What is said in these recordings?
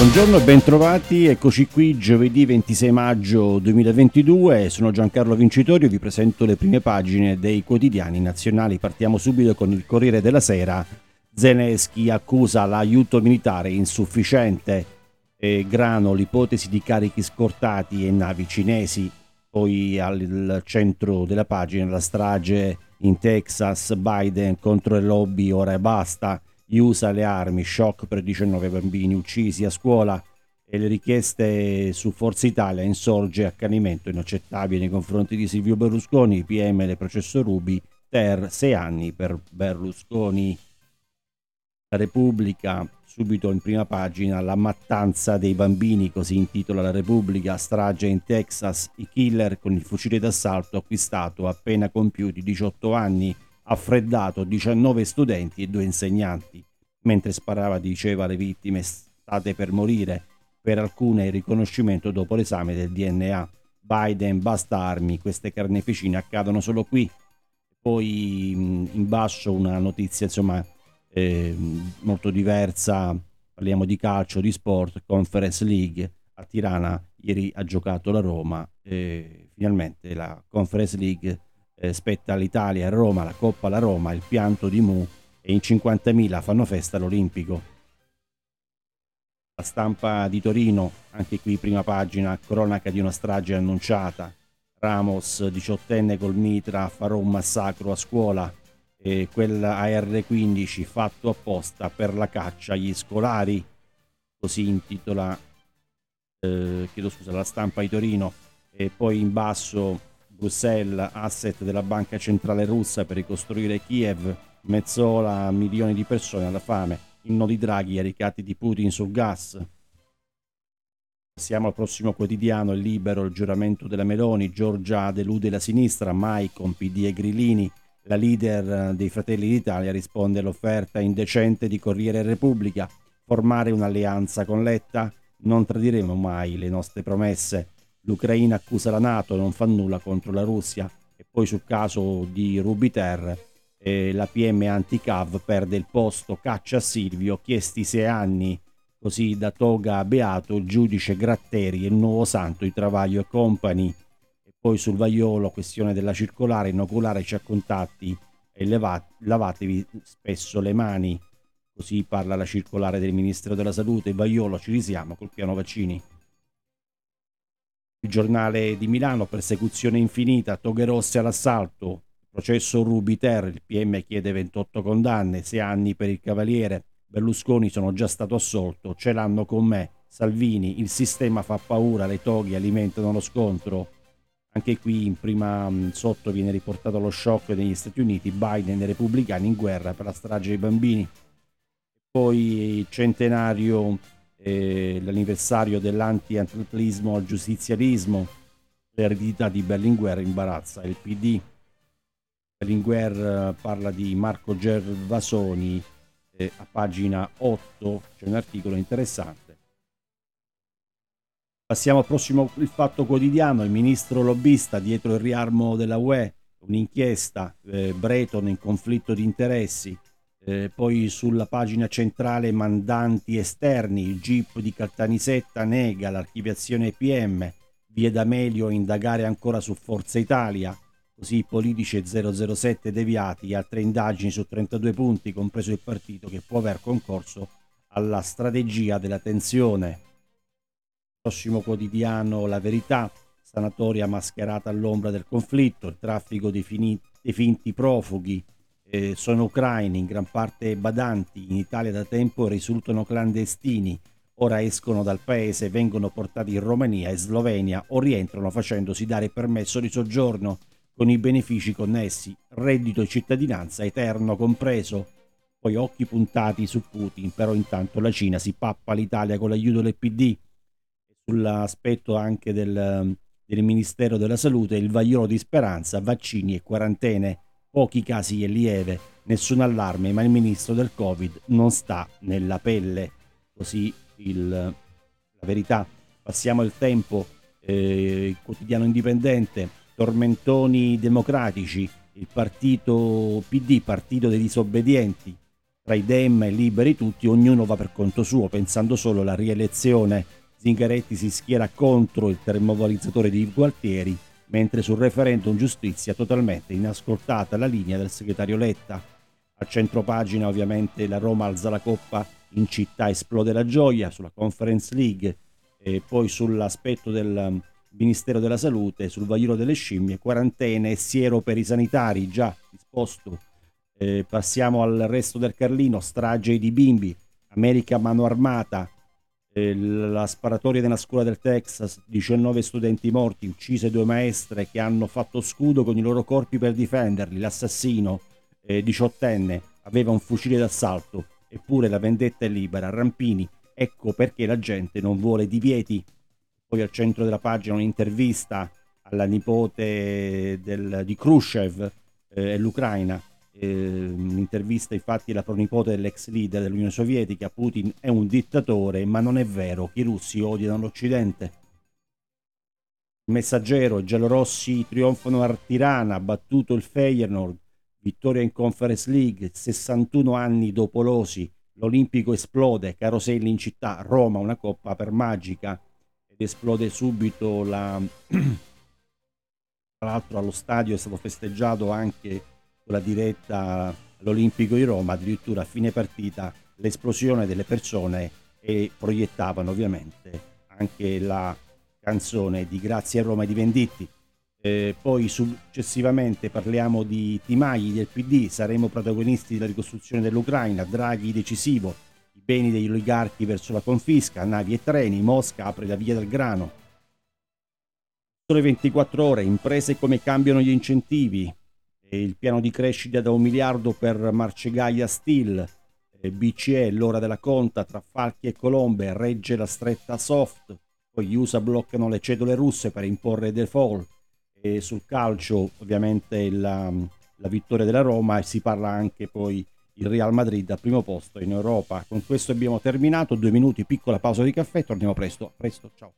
Buongiorno e bentrovati, eccoci qui giovedì 26 maggio 2022, sono Giancarlo Vincitorio, vi presento le prime pagine dei quotidiani nazionali. Partiamo subito con il Corriere della Sera. Zelensky accusa l'aiuto militare insufficiente, grano l'ipotesi di carichi scortati e navi cinesi. Poi al centro della pagina la strage in Texas, Biden contro le lobby, ora e basta. USA le armi, shock per 19 bambini uccisi a scuola e le richieste su Forza Italia, insorge accanimento inaccettabile nei confronti di Silvio Berlusconi, PM del processo Ruby, Ter 6 anni per Berlusconi. La Repubblica, subito in prima pagina, la mattanza dei bambini, così intitola la Repubblica, strage in Texas, i killer con il fucile d'assalto acquistato appena compiuti 18 anni, ha freddato 19 studenti e 2 insegnanti. Mentre sparava diceva alle vittime state per morire, per alcune il riconoscimento dopo l'esame del DNA. Biden basta armi, queste carneficine accadono solo qui. Poi in basso una notizia molto diversa, parliamo di calcio, di sport, Conference League, a Tirana ieri ha giocato la Roma e finalmente la Conference League spetta all'Italia e a Roma, la Coppa alla Roma, il pianto di Mu e in 50.000 fanno festa all'Olimpico. La Stampa di Torino, anche qui prima pagina, cronaca di una strage annunciata. Ramos, 18enne col mitra, farò un massacro a scuola. E quella AR-15 fatto apposta per la caccia agli scolari, così intitola la Stampa di Torino. E poi in basso Bruxelles, asset della banca centrale russa per ricostruire Kiev, Mezzola, milioni di persone alla fame, il no di Draghi, i ricatti di Putin sul gas. Passiamo al prossimo quotidiano, il Libero, il giuramento della Meloni, Giorgia delude la sinistra, mai con PD e Grillini. La leader dei Fratelli d'Italia risponde all'offerta indecente di Corriere Repubblica, formare un'alleanza con Letta, non tradiremo mai le nostre promesse. L'Ucraina accusa la NATO, non fa nulla contro la Russia. E poi sul caso di Rubiter, la PM anti-Cav perde il posto, caccia a Silvio, chiesti 6 anni, così da toga a Beato, il giudice Gratteri e il nuovo santo di Travaglio e Company. E poi sul vaiolo, questione della circolare, inocularci a contatti e lavatevi spesso le mani, così parla la circolare del Ministero della Salute. Il vaiolo, ci risiamo col piano vaccini. Il Giornale di Milano, persecuzione infinita, toghe rosse all'assalto, processo Rubiter, il PM chiede 28 condanne, 6 anni per il Cavaliere, Berlusconi sono già stato assolto, ce l'hanno con me, Salvini, il sistema fa paura, le toghe alimentano lo scontro. Anche qui in prima sotto viene riportato lo shock negli Stati Uniti, Biden e i repubblicani in guerra per la strage dei bambini. Poi il centenario, l'anniversario dell'anti-atletismo al giustizialismo, l'eredità di Berlinguer imbarazza il PD. Berlinguer parla di Marco Gervasoni, a pagina 8 c'è un articolo interessante. Passiamo al prossimo, il Fatto Quotidiano, il ministro lobbista dietro il riarmo della UE, un'inchiesta, Breton in conflitto di interessi. Poi sulla pagina centrale mandanti esterni, il GIP di Caltanissetta nega l'archiviazione PM, via D'Amelio indagare ancora su Forza Italia, così i politici 007 deviati, altre indagini su 32 punti, compreso il partito che può aver concorso alla strategia della tensione. Prossimo quotidiano, La Verità, sanatoria mascherata all'ombra del conflitto, il traffico dei finti profughi, sono ucraini, in gran parte badanti, in Italia da tempo risultano clandestini, ora escono dal paese, vengono portati in Romania e Slovenia o rientrano facendosi dare permesso di soggiorno con i benefici connessi, reddito e cittadinanza eterno compreso. Poi occhi puntati su Putin, però intanto la Cina si pappa l'Italia con l'aiuto del PD. Sull'aspetto anche del Ministero della Salute, il vaiolo di speranza, vaccini e quarantene, pochi casi e lieve, nessun allarme, ma il ministro del Covid non sta nella pelle. Così la Verità. Passiamo al Tempo, il quotidiano indipendente, tormentoni democratici, il partito PD, partito dei disobbedienti, tra i Dem e Liberi tutti, ognuno va per conto suo, pensando solo alla rielezione. Zingaretti si schiera contro il termovalorizzatore di Gualtieri, mentre sul referendum giustizia totalmente inascoltata la linea del segretario Letta. A centropagina ovviamente la Roma alza la coppa, in città esplode la gioia, sulla Conference League, e poi sull'aspetto del Ministero della Salute, sul vaiolo delle scimmie, quarantene e siero per i sanitari già disposto. Passiamo al resto del Carlino, strage di bimbi, America mano armata, la sparatoria nella scuola del Texas, 19 studenti morti, uccise 2 maestre che hanno fatto scudo con i loro corpi per difenderli, l'assassino, 18enne, aveva un fucile d'assalto, eppure la vendetta è libera, Rampini, ecco perché la gente non vuole divieti. Poi al centro della pagina un'intervista alla nipote di Khrushchev e l'Ucraina. Un'intervista infatti alla pronipote dell'ex leader dell'Unione Sovietica. Putin è un dittatore, ma non è vero che i russi odiano l'Occidente. Il Messaggero, i giallorossi trionfano a Tirana, battuto il Feyenoord, vittoria in Conference League, 61 anni dopo l'Osi, l'Olimpico esplode, caroselli in città, Roma una coppa per Magica, ed esplode subito la... Tra l'altro allo stadio è stato festeggiato anche con la diretta all'Olimpico di Roma, addirittura a fine partita l'esplosione delle persone, e proiettavano ovviamente anche la canzone di Grazie a Roma di Venditti. Poi successivamente parliamo di Timagli del PD, saremo protagonisti della ricostruzione dell'Ucraina, Draghi decisivo, i beni degli oligarchi verso la confisca, navi e treni, Mosca apre la via del grano. Sole 24 ore, imprese come cambiano gli incentivi, il piano di crescita da 1 miliardo per Marcegaglia Steel, BCE, l'ora della conta tra falchi e colombe, regge la stretta soft, poi gli USA bloccano le cedole russe per imporre default, e sul calcio ovviamente la vittoria della Roma, e si parla anche poi il Real Madrid al primo posto in Europa. Con questo abbiamo terminato, 2 minuti, piccola pausa di caffè, torniamo presto, ciao.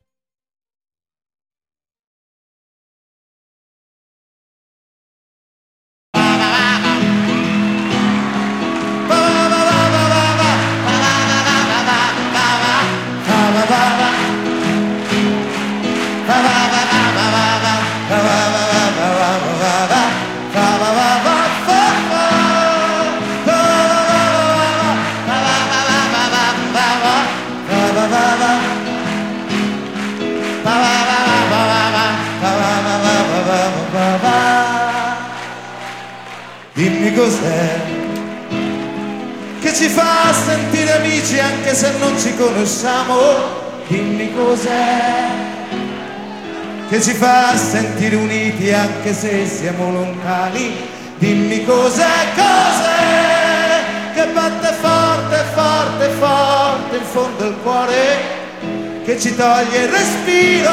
Dimmi cos'è che ci fa sentire amici anche se non ci conosciamo. Dimmi cos'è che ci fa sentire uniti anche se siamo lontani. Dimmi cos'è, cos'è che batte forte, forte, forte in fondo al cuore, che ci toglie il respiro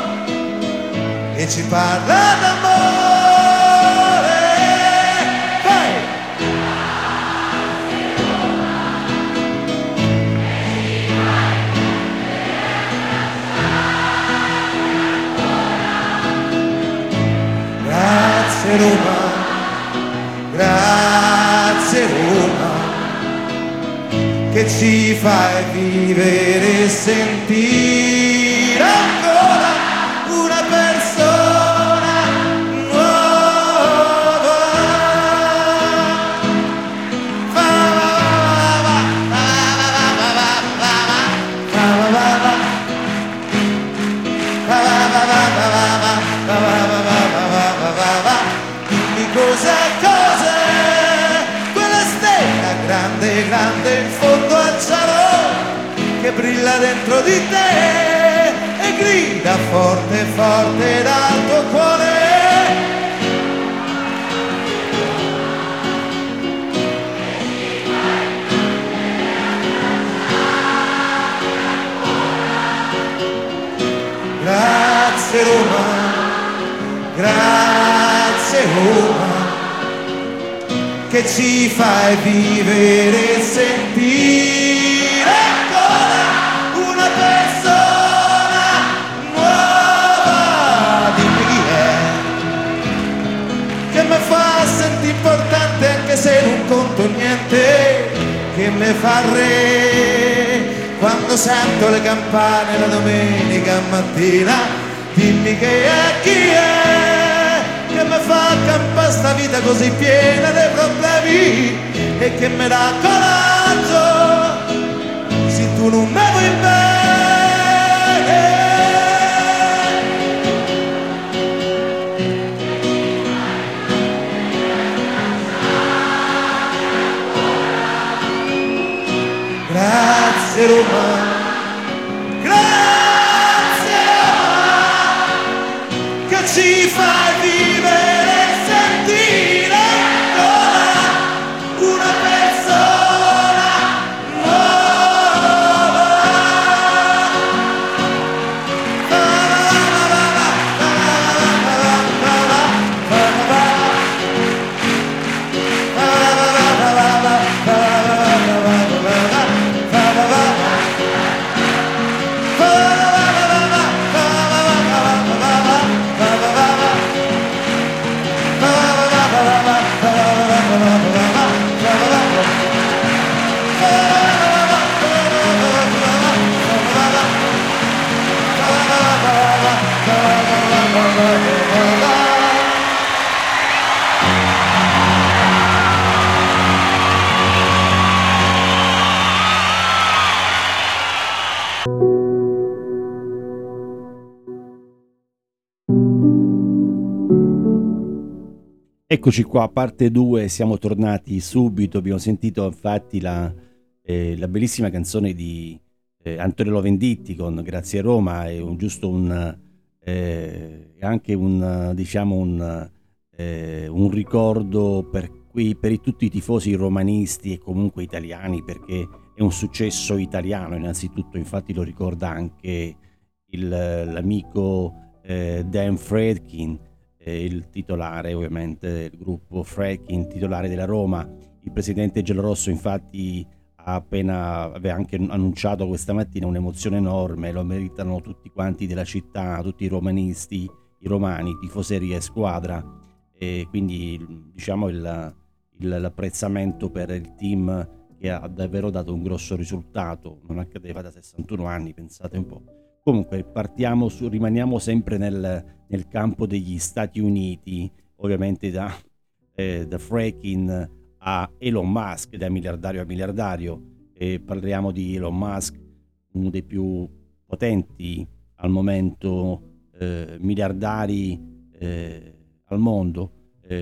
e ci parla d'amore. Grazie Roma, grazie Roma, che ci fai vivere e sentire ancora una persona nuova. Dimmi cos'è, cos'è quella stella grande, grande in fondo al cielo, che brilla dentro di te e grida forte, forte dal tuo cuore. Grazie Roma, grazie Roma, che ci fai vivere e sentire ancora una persona nuova. Dimmi chi è che mi fa sentire importante anche se non conto niente. mi fa re quando sento le campane la domenica mattina. Dimmi che è, chi è che mi fa campare sta vita così piena di problemi e che mi dà coraggio se tu non mi vuoi bene. Grazie Roma, grazie Roma, che ci fai vivere e sentire ancora una persona nuova. Eccoci qua, parte 2, siamo tornati subito, abbiamo sentito infatti la bellissima canzone di Antonello Venditti con Grazie Roma, è anche un ricordo per tutti i tifosi romanisti e comunque italiani, perché è un successo italiano innanzitutto, infatti lo ricorda anche l'amico Dan Fredkin, il titolare ovviamente del gruppo Fredkin, titolare della Roma. Il presidente giallorosso infatti aveva anche annunciato questa mattina un'emozione enorme, lo meritano tutti quanti della città, tutti i romanisti, i romani, tifoseria e squadra, e quindi diciamo l'apprezzamento per il team che ha davvero dato un grosso risultato, non accadeva da 61 anni, pensate un po'. Comunque rimaniamo sempre nel campo degli Stati Uniti, ovviamente da Fredkin a Elon Musk, da miliardario a miliardario, e parliamo di Elon Musk, uno dei più potenti al momento miliardari al mondo.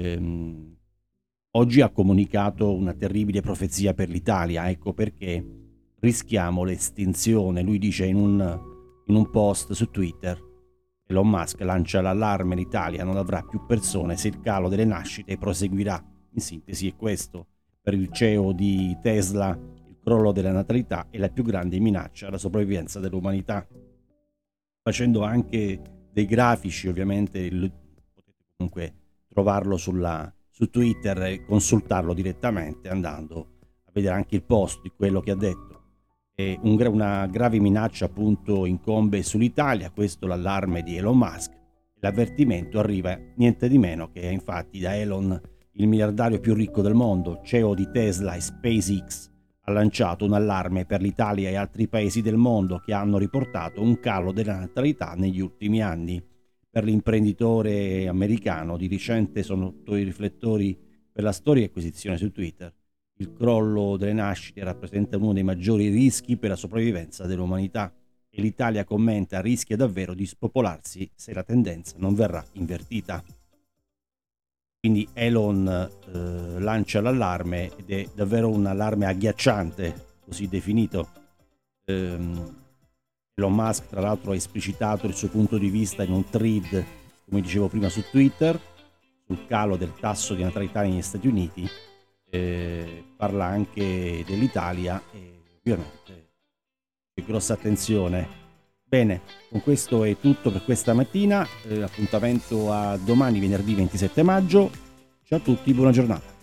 Oggi ha comunicato una terribile profezia per l'Italia, ecco perché rischiamo l'estinzione. Lui dice in un post su Twitter, Elon Musk lancia l'allarme: l'Italia non avrà più persone se il calo delle nascite proseguirà. In sintesi è questo. Per il CEO di Tesla il crollo della natalità è la più grande minaccia alla sopravvivenza dell'umanità, facendo anche dei grafici. Ovviamente potete comunque trovarlo su Twitter e consultarlo direttamente andando a vedere anche il post di quello che ha detto. Una grave minaccia appunto incombe sull'Italia, questo l'allarme di Elon Musk. L'avvertimento arriva niente di meno che infatti da Elon, il miliardario più ricco del mondo, CEO di Tesla e SpaceX, ha lanciato un allarme per l'Italia e altri paesi del mondo che hanno riportato un calo della natalità negli ultimi anni. Per l'imprenditore americano di recente sono sotto i riflettori per la storia e acquisizione su Twitter. Il crollo delle nascite rappresenta uno dei maggiori rischi per la sopravvivenza dell'umanità e l'Italia, commenta, rischia davvero di spopolarsi se la tendenza non verrà invertita. Quindi Elon lancia l'allarme ed è davvero un allarme agghiacciante, così definito. Elon Musk tra l'altro ha esplicitato il suo punto di vista in un thread, come dicevo prima, su Twitter, sul calo del tasso di natalità negli Stati Uniti. Parla anche dell'Italia e ovviamente c'è grossa attenzione. Bene, con questo è tutto per questa mattina, appuntamento a domani venerdì 27 maggio. Ciao a tutti, buona giornata.